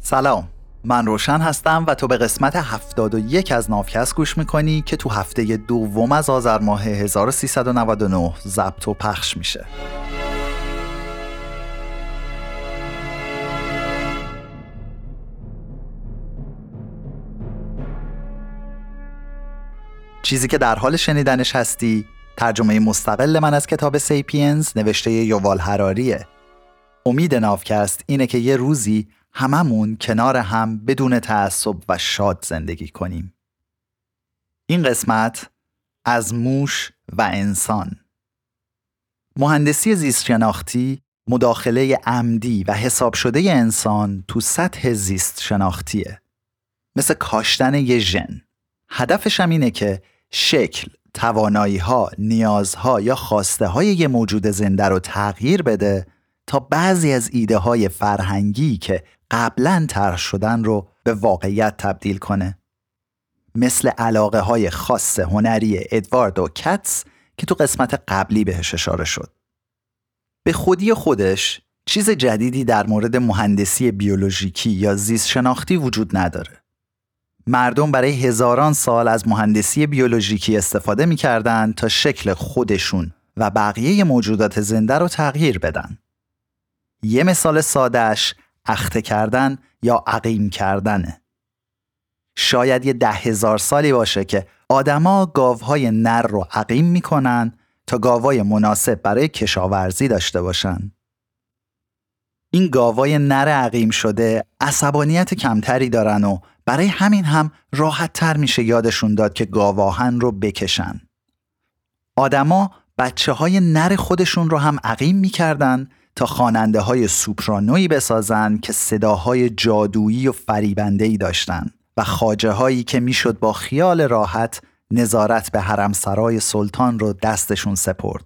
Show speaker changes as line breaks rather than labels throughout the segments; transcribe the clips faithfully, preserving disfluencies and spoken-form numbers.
سلام، من روشن هستم و تو به قسمت هفتاد و یک از ناوکست گوش میکنی که تو هفته دوم از آذر ماه هزار و سیصد و نود و نه ضبط و پخش میشه. چیزی که در حال شنیدنش هستی ترجمه مستقل من از کتاب سیپینز نوشته یووال هراریه. امید ناوکست اینه که یه روزی هممون کنار هم بدون تعصب و شاد زندگی کنیم. این قسمت از موش و انسان. مهندسی زیست شناختی مداخله عمدی و حساب شده انسان تو سطح زیست شناختیه. مثل کاشتن یه ژن. هدفش هم اینه که شکل، توانایی‌ها، نیازها یا خواسته‌های یه موجود زنده رو تغییر بده تا بعضی از ایده‌های فرهنگی که قبلاً طرح شدن رو به واقعیت تبدیل کنه. مثل علاقه‌های خاص هنری ادواردو کاتس که تو قسمت قبلی بهش اشاره شد. به خودی خودش چیز جدیدی در مورد مهندسی بیولوژیکی یا زیست شناختی وجود نداره. مردم برای هزاران سال از مهندسی بیولوژیکی استفاده می‌کردند تا شکل خودشون و بقیه موجودات زنده رو تغییر بدن. یه مثال سادهش اخته کردن یا عقیم کردنه. شاید یه ده هزار سالی باشه که آدما گاوهای نر رو عقیم میکنن تا گاوای مناسب برای کشاورزی داشته باشن. این گاوای نر عقیم شده عصبانیت کمتری دارن و برای همین هم راحت تر میشه یادشون داد که گاواهن رو بکشن. آدما بچه های نر خودشون رو هم عقیم میکردن تا خواننده های سوپرانویی بسازن که صداهای جادویی و فریبنده‌ای داشتن و خواجه هایی که میشد با خیال راحت نظارت به حرمسرای سلطان رو دستشون سپرد.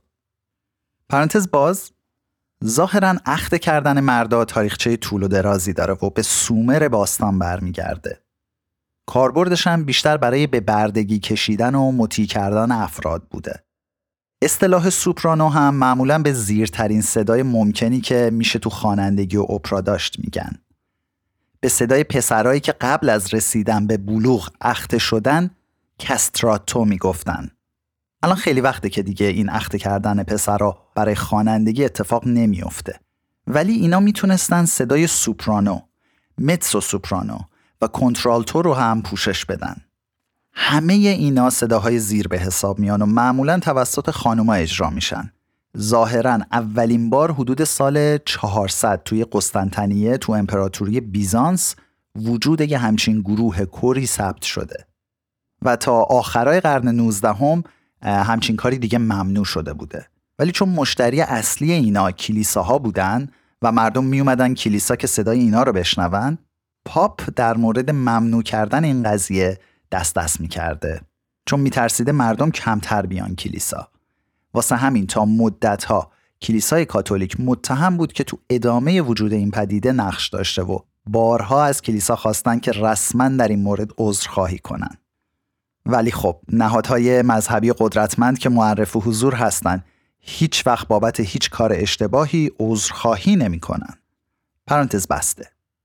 پرانتز باز، ظاهراً اخته کردن مردا تاریخچه طول و درازی داره و به سومر باستان برمیگرده. کاربردش هم بیشتر برای به بردگی کشیدن و مطیع کردن افراد بوده. اصطلاح سوپرانو هم معمولاً به زیرترین صدای ممکنی که میشه تو خوانندگی و اپرا داشت میگن. به صدای پسرایی که قبل از رسیدن به بلوغ اخته شدن کستراتو میگفتن. الان خیلی وقته که دیگه این اخته کردن پسرا برای خوانندگی اتفاق نمیفته. ولی اینا میتونستن صدای سوپرانو، متسو سوپرانو و کنترالتو رو هم پوشش بدن. همه اینا صداهای زیر به حساب میان و معمولاً توسط خانوما اجرا میشن. ظاهراً اولین بار حدود سال چهارصد توی قسطنطنیه تو امپراتوری بیزانس وجود یه همچین گروه کوری ثبت شده و تا آخرای قرن نوزدهم همچین کاری دیگه ممنوع شده بوده. ولی چون مشتری اصلی اینا کلیساها بودن و مردم می اومدن کلیسا که صدای اینا رو بشنون، پاپ در مورد ممنوع کردن این قضیه دست دست می کرده چون می ترسیده مردم کمتر بیان کلیسا. واسه همین تا مدتها کلیسای کاتولیک متهم بود که تو ادامه وجود این پدیده نقش داشته و بارها از کلیسا خواستن که رسما در این مورد عذرخواهی کنن. ولی خب نهادهای مذهبی قدرتمند که معرف و حضور هستن هیچ وقت بابت هیچ کار اشتباهی عذرخواهی نمی کنن. پرانتز بسته.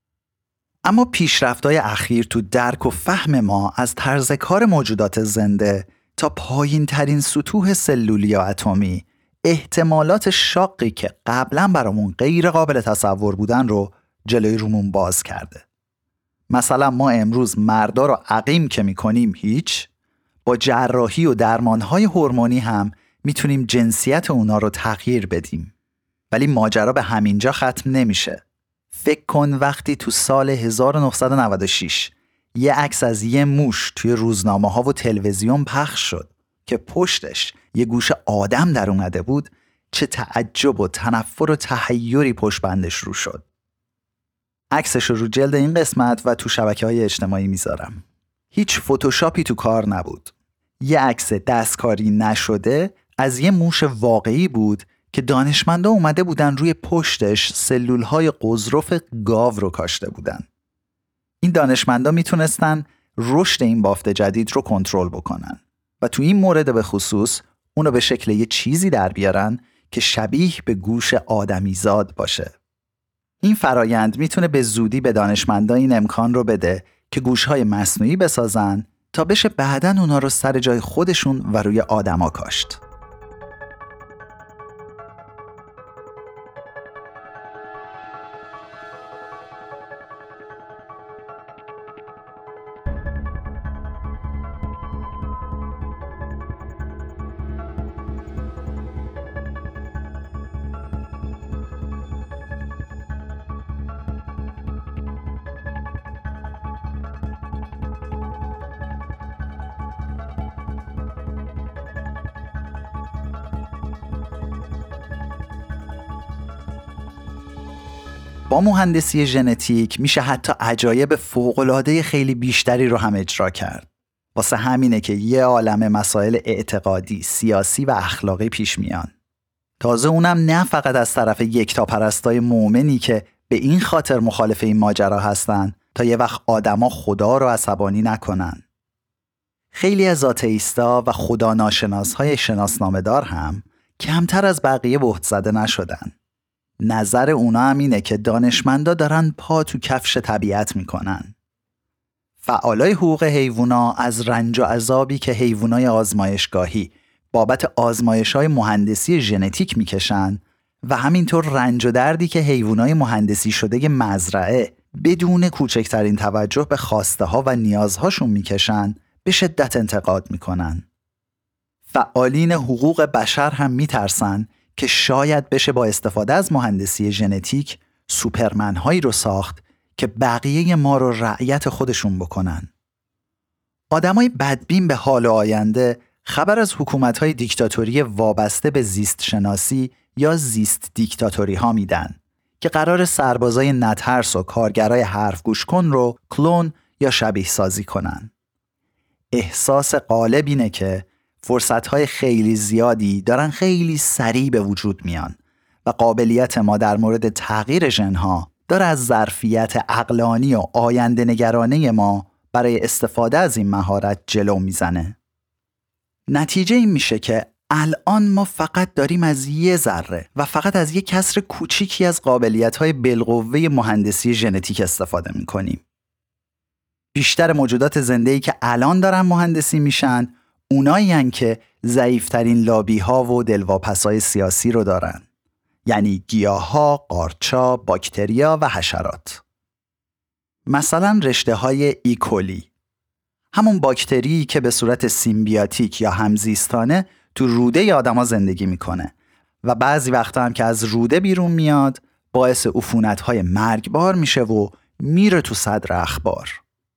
اما پیشرفت‌های اخیر تو درک و فهم ما از طرز کار موجودات زنده تا پایین ترین سطوح سلولی یا اتمی احتمالات شاقی که قبلا برامون غیر قابل تصور بودن رو جلوی رومون باز کرده. مثلا ما امروز مردا رو عقیم که میکنیم هیچ، با جراحی و درمانهای هورمونی هم میتونیم جنسیت اونا رو تغییر بدیم. ولی ماجرا به همینجا ختم نمیشه. فکر کن وقتی تو سال هزار و نهصد و نود و شش یه عکس از یه موش توی روزنامه ها و تلویزیون پخش شد که پشتش یه گوش آدم در اومده بود، چه تعجب و تنفر و تحیری پشت بندش رو شد. عکسش رو جلد این قسمت و تو شبکه‌های اجتماعی میذارم. هیچ فتوشاپی تو کار نبود. یه عکس دستکاری نشده از یه موش واقعی بود که دانشمندا اومده بودن روی پشتش سلولهای قزرف گاو رو کاشته بودن. این دانشمندا میتونستن رشد این بافت جدید رو کنترل بکنن و تو این مورد به خصوص اونو به شکل یه چیزی در بیارن که شبیه به گوش آدمیزاد باشه. این فرایند میتونه به زودی به دانشمندان این امکان رو بده که گوشهای مصنوعی بسازن تا بشه بعداً اونا رو سر جای خودشون و روی آدما کاشت. با مهندسی ژنتیک میشه حتی عجایب فوق‌العاده خیلی بیشتری رو هم اجرا کرد. واسه همینه که یه عالمه مسائل اعتقادی، سیاسی و اخلاقی پیش میان. تازه اونم نه فقط از طرف یکتاپرستای مؤمنی که به این خاطر مخالف این ماجرا هستن تا یه وقت آدما خدا رو عصبانی نکنن. خیلی از آتئیستا و خدا ناشناسهای شناسنامه‌دار هم کمتر از بقیه بهت زده نشدن. نظر اونا هم اینه که دانشمندا دارن پا تو کفش طبیعت میکنن. فعالای حقوق حیوونا از رنج و عذابی که حیوانای آزمایشگاهی بابت آزمایش‌های مهندسی ژنتیک میکشن و همینطور رنج و دردی که حیوانای مهندسی شده مزرعه بدون کوچکترین توجه به خواسته ها و نیازهاشون میکشن به شدت انتقاد میکنن. فعالین حقوق بشر هم میترسن که شاید بشه با استفاده از مهندسی ژنتیک سوپرمن هایی رو ساخت که بقیه ما رو رعیت خودشون بکنن. آدمای بدبین به حال آینده خبر از حکومت های دیکتاتوری وابسته به زیست شناسی یا زیست دیکتاتوری ها میدن که قرار سربازای نترس و کارگرای حرف گوش کن رو کلون یا شبیه سازی کنن. احساس غالب اینه که فرصت‌های خیلی زیادی دارن خیلی سریع به وجود میان و قابلیت ما در مورد تغییر ژن‌ها داره از ظرفیت عقلانی و آینده نگرانه ما برای استفاده از این مهارت جلو میزنه. نتیجه این میشه که الان ما فقط داریم از یه ذره و فقط از یه کسر کوچیکی از قابلیت‌های بالقوه مهندسی ژنتیک استفاده میکنیم. بیشتر موجودات زنده‌ای که الان دارن مهندسی میشن اونایی هن که ضعیفترین لابی ها و دلواپسای سیاسی رو دارن، یعنی گیاها، قارچا، باکتریا و حشرات. مثلا رشته های ایکولی، همون باکتری که به صورت سیمبیاتیک یا همزیستانه تو روده آدما زندگی میکنه و بعضی وقتا هم که از روده بیرون میاد باعث عفونت‌های مرگبار میشه و میره تو صدر اخبار.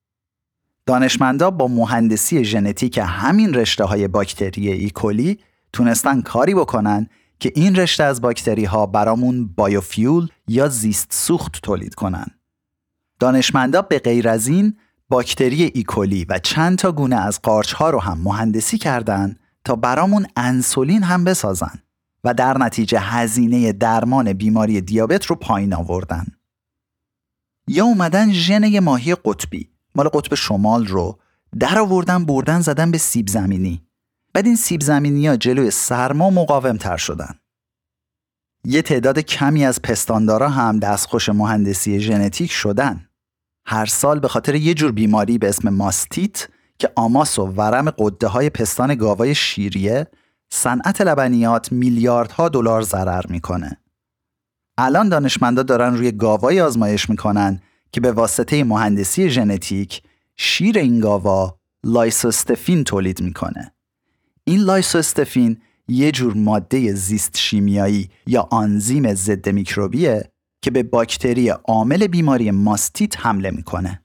دانشمندا با مهندسی ژنتیک همین رشته‌های باکتری ایکولی تونستن کاری بکنن که این رشته از باکتری ها برامون بایوفیول یا زیست سوخت تولید کنن. دانشمندا به غیر از این باکتری ایکولی و چند تا گونه از قارچ ها رو هم مهندسی کردن تا برامون انسولین هم بسازن و در نتیجه هزینه درمان بیماری دیابت رو پایین آوردن. یا اومدن ژن یه ماهی قطبی مال قطب شمال رو در آوردن بردن زدن به سیب زمینی. بعد این سیب زمینی ها جلوی سرما مقاوم تر شدن. یه تعداد کمی از پستاندارا هم دستخوش مهندسی ژنتیک شدن. هر سال به خاطر یه جور بیماری به اسم ماستیت که آماس و ورم غده های پستان گاوای شیریه، صنعت لبنیات میلیاردها دلار ضرر میکنه. الان دانشمندا دارن روی گاوای آزمایش میکنن که به واسطه مهندسی ژنتیک شیر این گاوا لایسوستفین تولید میکنه. این لایسوستفین یه جور ماده زیست شیمیایی یا آنزیم ضد میکروبیه که به باکتری عامل بیماری ماستیت حمله میکنه.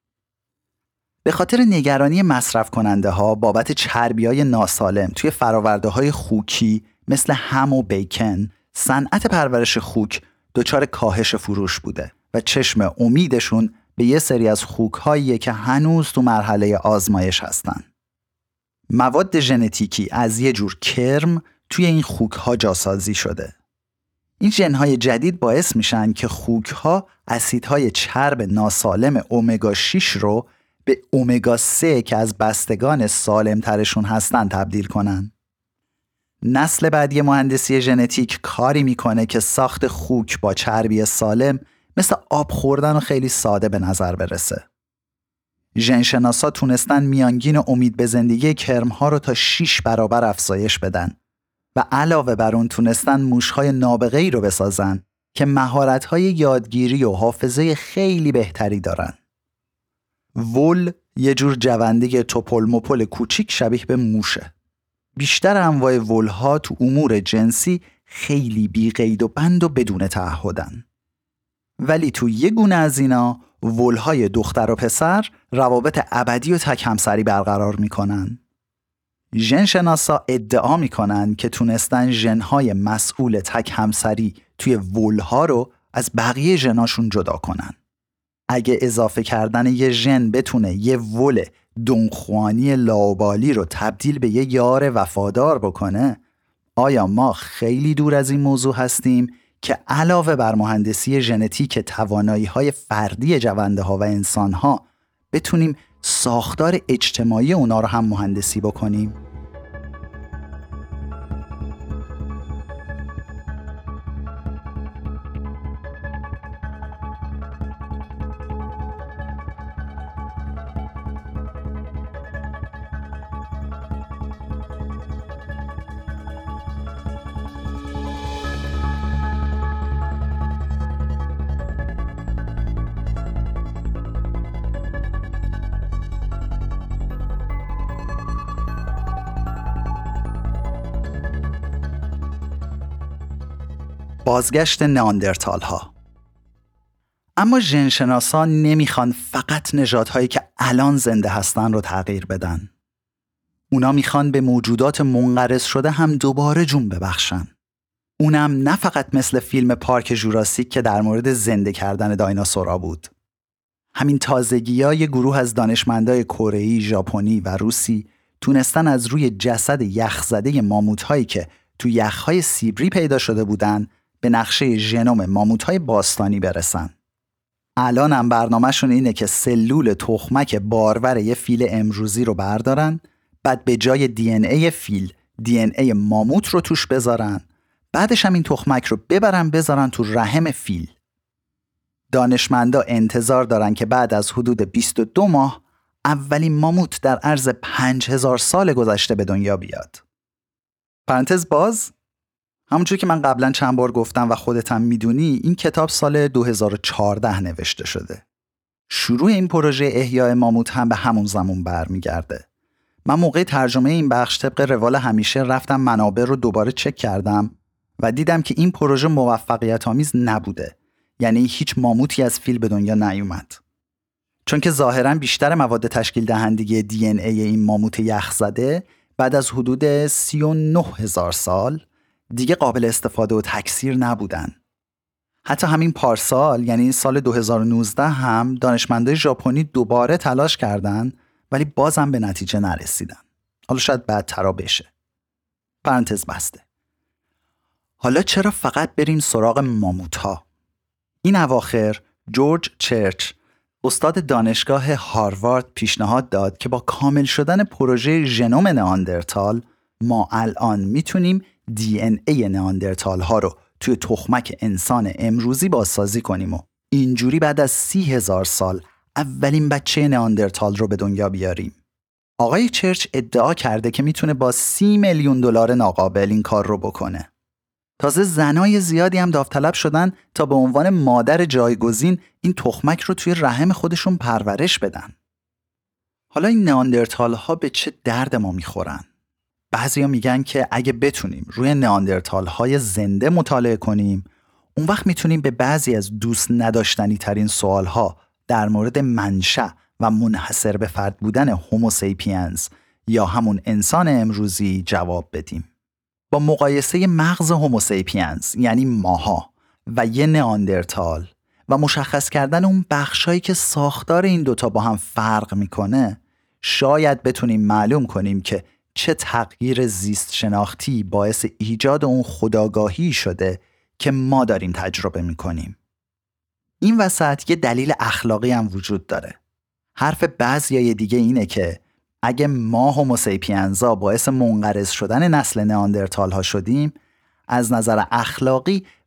به خاطر نگرانی مصرف کننده ها بابت چربی های ناسالم توی فراورده های خوکی مثل هم و بیکن، صنعت پرورش خوک دچار کاهش فروش بوده و چشم امیدشون به یه سری از خوک‌هاییه که هنوز تو مرحله آزمایش هستن. مواد ژنتیکی از یه جور کرم توی این خوک‌ها جاسازی شده. این ژن‌های جدید باعث میشن که خوک‌ها اسیدهای چرب ناسالم امگا شش رو به امگا سه که از بستگان سالم‌ترشون هستن تبدیل کنن. نسل بعدی مهندسی ژنتیک کاری میکنه که ساخت خوک با چربی سالم مثل آب خوردن و خیلی ساده به نظر برسه. ژنشناسا تونستن میانگین امید به زندگی کرم‌ها رو تا شش برابر افزایش بدن و علاوه بر اون تونستن موش‌های نابغه‌ای رو بسازن که مهارت‌های یادگیری و حافظه خیلی بهتری دارن. وول یه جور جونده توپل مپل کوچیک شبیه به موشه. بیشتر انواع وول‌ها تو امور جنسی خیلی بی قید و بند و بدون تعهدن. ولی تو یه گونه از اینا وول‌های دختر و پسر روابط ابدی و تک همسری برقرار میکنن. ژنشناسا ادعا میکنن که تونستن ژن‌های مسئول تک همسری توی وول‌ها رو از بقیه ژناشون جدا کنن. اگه اضافه کردن یه ژن بتونه یه وول دونخوانی لاوبالی رو تبدیل به یه یار وفادار بکنه، آیا ما خیلی دور از این موضوع هستیم که علاوه بر مهندسی ژنتیک توانایی‌های فردی جونده‌ها و انسان‌ها بتونیم ساختار اجتماعی اونا رو هم مهندسی بکنیم؟ بازگشت نئاندرتال ها. اما ژنشناسا نمیخوان فقط نژادهایی که الان زنده هستن رو تغییر بدن. اونا میخوان به موجودات منقرض شده هم دوباره جون ببخشن. اونم نه فقط مثل فیلم پارک ژوراسیک که در مورد زنده کردن دایناسورا بود. همین تازگی‌ها یه گروه از دانشمندای کره‌ای، ژاپنی و روسی تونستن از روی جسد یخزده ماموت‌هایی که تو یخ‌های سیبری پیدا شده بودن به نقشه ژنوم ماموت‌های باستانی برسن. الان هم برنامه‌شون اینه که سلول تخمک بارور یه فیل امروزی رو بردارن، بعد به جای دی ان ای فیل دی ان ای ماموت رو توش بذارن، بعدش هم این تخمک رو ببرن بذارن تو رحم فیل. دانشمندا انتظار دارن که بعد از حدود بیست و دو ماه اولین ماموت در عرض پنج هزار سال گذشته به دنیا بیاد. پرانتز باز، همونجور که من قبلا چند بار گفتم و خودت هم میدونی، این کتاب سال دو هزار و چهارده نوشته شده. شروع این پروژه احیاء ماموت هم به همون زمان برمیگرده. من موقع ترجمه این بخش طبق روال همیشه رفتم منابع رو دوباره چک کردم و دیدم که این پروژه موفقیت آمیز نبوده. یعنی هیچ ماموتی از فیل به دنیا نیومد. چون که ظاهراً بیشتر مواد تشکیل دهنده دی ان ای این ماموت یخزده بعد از حدود سی و نه هزار سال دیگه قابل استفاده و تکثیر نبودن. حتی همین پارسال، یعنی سال دو هزار و نوزده هم دانشمندای ژاپنی دوباره تلاش کردن ولی بازم به نتیجه نرسیدن. حالا شاید بعدترا بشه. پرانتز بسته. حالا چرا فقط بریم سراغ ماموت ها؟ این اواخر جورج چرچ، استاد دانشگاه هاروارد، پیشنهاد داد که با کامل شدن پروژه ژنوم نئاندرتال ما الان میتونیم دی ان ای نئاندرتال ها رو توی تخمک انسان امروزی بازسازی کنیم و اینجوری بعد از سی هزار سال اولین بچه نئاندرتال رو به دنیا بیاریم. آقای چرچ ادعا کرده که میتونه با سی میلیون دلار ناقابل این کار رو بکنه. تازه زنای زیادی هم داوطلب شدن تا به عنوان مادر جایگزین این تخمک رو توی رحم خودشون پرورش بدن. حالا این نئاندرتال ها به چه درد ما میخورن؟ بعضیا میگن که اگه بتونیم روی نئاندرتال های زنده مطالعه کنیم، اون وقت میتونیم به بعضی از دوست نداشتنی ترین سوال ها در مورد منشأ و منحصر به فرد بودن هوموسیپینز یا همون انسان امروزی جواب بدیم. با مقایسه مغز هوموسیپینز یعنی ماها و یه نئاندرتال و مشخص کردن اون بخشایی که ساختار این دوتا با هم فرق میکنه، شاید بتونیم معلوم کنیم که چه تغییر زیست شناختی باعث ایجاد اون خودآگاهی شده که ما داریم تجربه میکنیم. این وسط یه دلیل اخلاقی هم وجود داره. حرف بعضیای دیگه اینه که اگه ما هوموسیپینزا باعث منقرض شدن نسل نئاندرتال ها شدیم، از نظر اخلاقی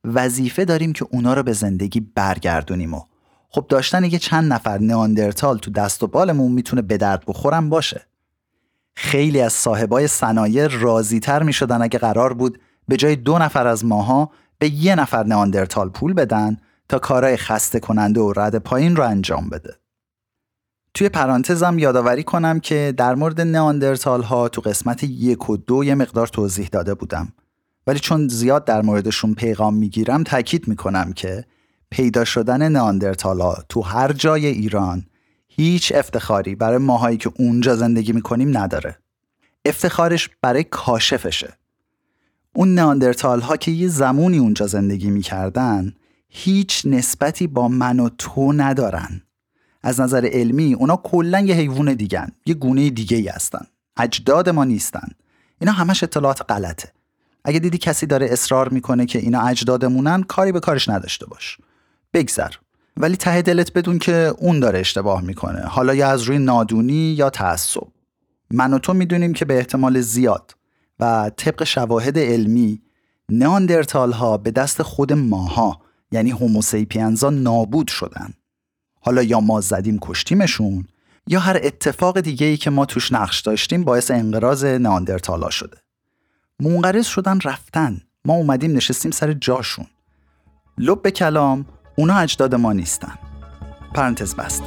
وظیفه داریم که اونا رو به زندگی برگردونیم و خب داشتن یه چند نفر نئاندرتال تو دست و بالمون میتونه به درد بخورم باشه. خیلی از صاحبای صنایع راضی تر می شدن اگه قرار بود به جای دو نفر از ماها به یه نفر نئاندرتال پول بدن تا کارهای خسته کننده و رد پایین رو انجام بده. توی پرانتزم یادآوری کنم که در مورد نئاندرتال ها تو قسمت یک و دو یه مقدار توضیح داده بودم، ولی چون زیاد در موردشون پیغام میگیرم تاکید میکنم که پیدا شدن نئاندرتال ها تو هر جای ایران هیچ افتخاری برای ماهایی که اونجا زندگی میکنیم نداره. افتخارش برای کاشفشه. اون نئاندرتال ها که یه زمانی اونجا زندگی میکردن هیچ نسبتی با من و تو ندارن. از نظر علمی اونا کلا یه حیوان دیگن، یه گونه دیگه ای هستن. اجداد ما نیستن. اینا همش اطلاعات غلطه. اگه دیدی کسی داره اصرار میکنه که اینا اجدادمونن، کاری به کارش نداشته باش. بگذر. ولی ته دلت بدون که اون داره اشتباه میکنه، حالا یا از روی نادونی یا تعصب. من و تو میدونیم که به احتمال زیاد و طبق شواهد علمی نئاندرتال ها به دست خود ماها یعنی هوموسیپینزا نابود شدن. حالا یا ما زدیم کشتیمشون یا هر اتفاق دیگه‌ای که ما توش نقش داشتیم باعث انقراض نئاندرتال ها شده. منقرض شدن رفتن، ما اومدیم نشستیم سر جاشون. لب به کلام، اونا اجداد ما نیستن. پرانتز بسته.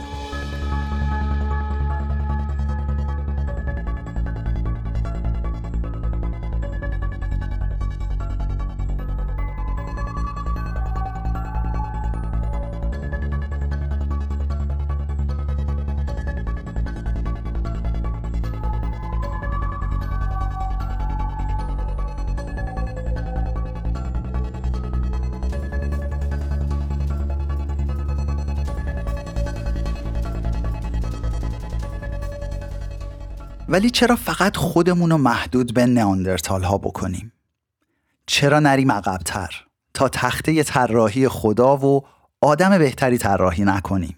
ولی چرا فقط خودمون رو محدود به نئاندرتال ها بکنیم؟ چرا نریم عقب‌تر تا تخته طراحی خدا و آدم بهتری طراحی نکنیم؟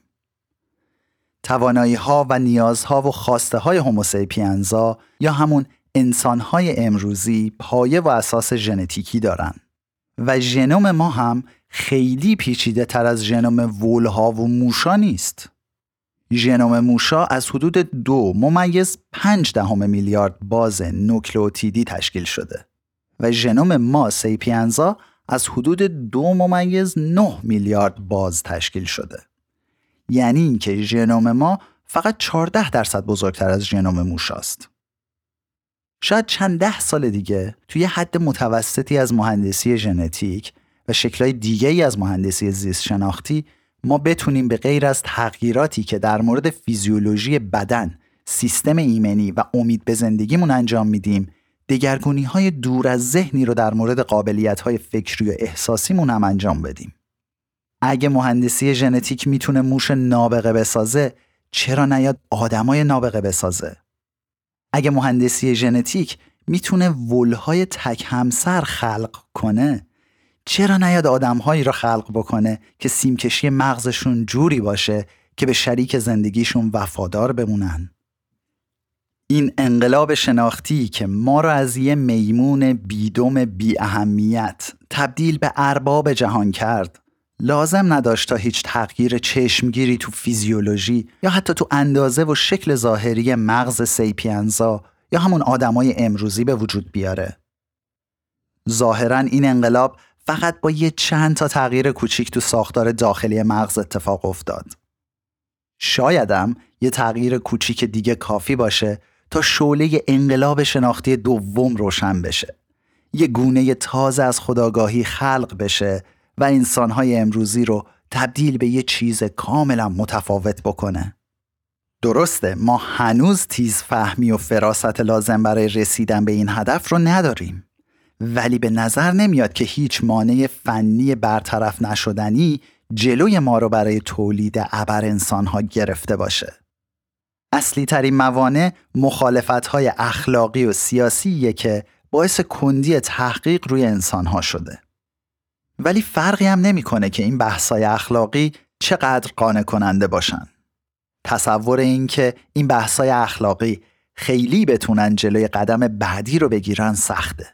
توانایی ها و نیازها و خواسته های هوموسیپینزا یا همون انسان های امروزی پایه و اساس ژنتیکی دارن و ژنوم ما هم خیلی پیچیده تر از ژنوم ولها و موشا نیست. ژنوم موشا از حدود دو ممیز پنج دهم میلیارد باز نوکلئوتیدی تشکیل شده و ژنوم ما سیپینزا از حدود دو ممیز نه میلیارد باز تشکیل شده. یعنی اینکه ژنوم ما فقط چهارده درصد بزرگتر از ژنوم موشاست. شاید چند ده سال دیگه توی حد متوسطی از مهندسی ژنتیک و شکل‌های دیگه‌ای از مهندسی زیست شناختی ما بتونیم به غیر از تغییراتی که در مورد فیزیولوژی بدن، سیستم ایمنی و امید به زندگیمون انجام میدیم، دگرگونی‌های دور از ذهنی رو در مورد قابلیت‌های فکری و احساسیمون هم انجام بدیم. اگه مهندسی ژنتیک میتونه موش نابغه بسازه، چرا نیاد آدمای نابغه بسازه؟ اگه مهندسی ژنتیک میتونه ولهای تک همسر خلق کنه، چرا نیاد آدم‌هایی را خلق بکنه که سیمکشی مغزشون جوری باشه که به شریک زندگیشون وفادار بمونن؟ این انقلاب شناختی که ما را از یه میمون بیدم بی اهمیت تبدیل به ارباب جهان کرد، لازم نداشت تا هیچ تغییر چشمگیری تو فیزیولوژی یا حتی تو اندازه و شکل ظاهری مغز سیپینزا یا همون آدمای امروزی به وجود بیاره. ظاهراً این انقلاب فقط با یه چند تا تغییر کوچیک تو ساختار داخلی مغز اتفاق افتاد. شایدم یه تغییر کوچیک دیگه کافی باشه تا شعله انقلاب شناختی دوم روشن بشه. یه گونه تازه از خودآگاهی خلق بشه و انسان‌های امروزی رو تبدیل به یه چیز کاملا متفاوت بکنه. درسته ما هنوز تیز فهمی و فراست لازم برای رسیدن به این هدف رو نداریم، ولی به نظر نمیاد که هیچ مانع فنی برطرف نشدنی جلوی ما رو برای تولید ابر انسان‌ها گرفته باشه. اصلی ترین موانع مخالفت‌های اخلاقی و سیاسیه که باعث کندی تحقیق روی انسان‌ها شده. ولی فرقی هم نمی‌کنه که این بحث‌های اخلاقی چقدر قانع کننده باشن. تصور این که این بحث‌های اخلاقی خیلی بتونن جلوی قدم بعدی رو بگیرن سخته.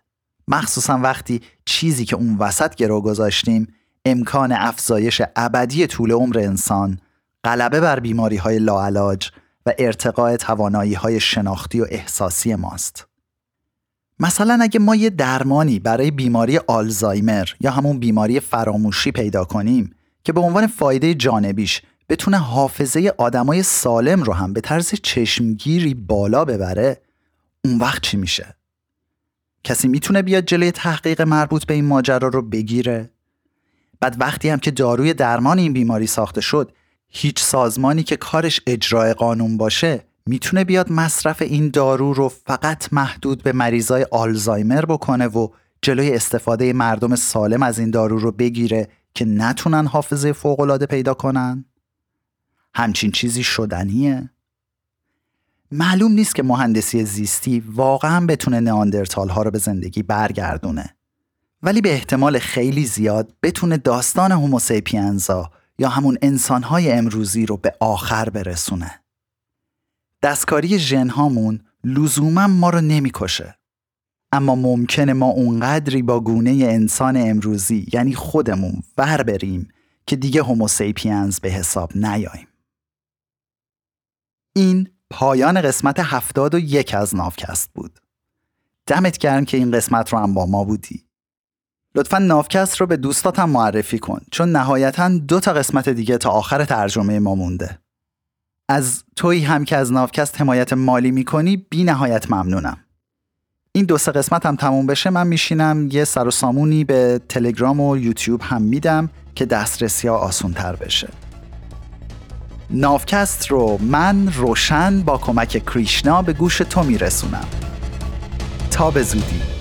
مخصوصا وقتی چیزی که اون وسط گرو گذاشتیم امکان افزایش ابدی طول عمر انسان، غلبه بر بیماری‌های لاعلاج و ارتقاء توانایی‌های شناختی و احساسی ماست. مثلا اگه ما یه درمانی برای بیماری آلزایمر یا همون بیماری فراموشی پیدا کنیم که به عنوان فایده جانبیش بتونه حافظه آدمای سالم رو هم به طرز چشمگیری بالا ببره، اون وقت چی میشه؟ کسی میتونه بیاد جلوی تحقیق مربوط به این ماجرا رو بگیره؟ بعد وقتی هم که داروی درمان این بیماری ساخته شد، هیچ سازمانی که کارش اجرای قانون باشه میتونه بیاد مصرف این دارو رو فقط محدود به مریضای آلزایمر بکنه و جلوی استفاده مردم سالم از این دارو رو بگیره که نتونن حافظه فوق‌العاده پیدا کنن؟ همچین چیزی شدنیه؟ معلوم نیست که مهندسی زیستی واقعا بتونه نئاندرتال ها رو به زندگی برگردونه، ولی به احتمال خیلی زیاد بتونه داستان هوموسیپینزا یا همون انسان‌های امروزی رو به آخر برسونه. دستکاری ژن هامون لزوما ما رو نمی‌کشه، اما ممکنه ما اونقدری با گونه انسان امروزی یعنی خودمون ور بریم که دیگه هوموسیپینز به حساب نیاییم. این پایان قسمت هفتاد و یک از ناوکست بود. دمت گرم که این قسمت رو هم با ما بودی. لطفاً ناوکست رو به دوستاتم معرفی کن، چون نهایتاً دو تا قسمت دیگه تا آخر ترجمه ما مونده. از تویی هم که از ناوکست حمایت مالی میکنی بی نهایت ممنونم. این دو سه قسمت هم تموم بشه من میشینم یه سر و سامونی به تلگرام و یوتیوب هم میدم که دسترسی ها آسون تر بشه. ناوکست رو من روشن با کمک کریشنا به گوش تو میرسونم. تا به زودی.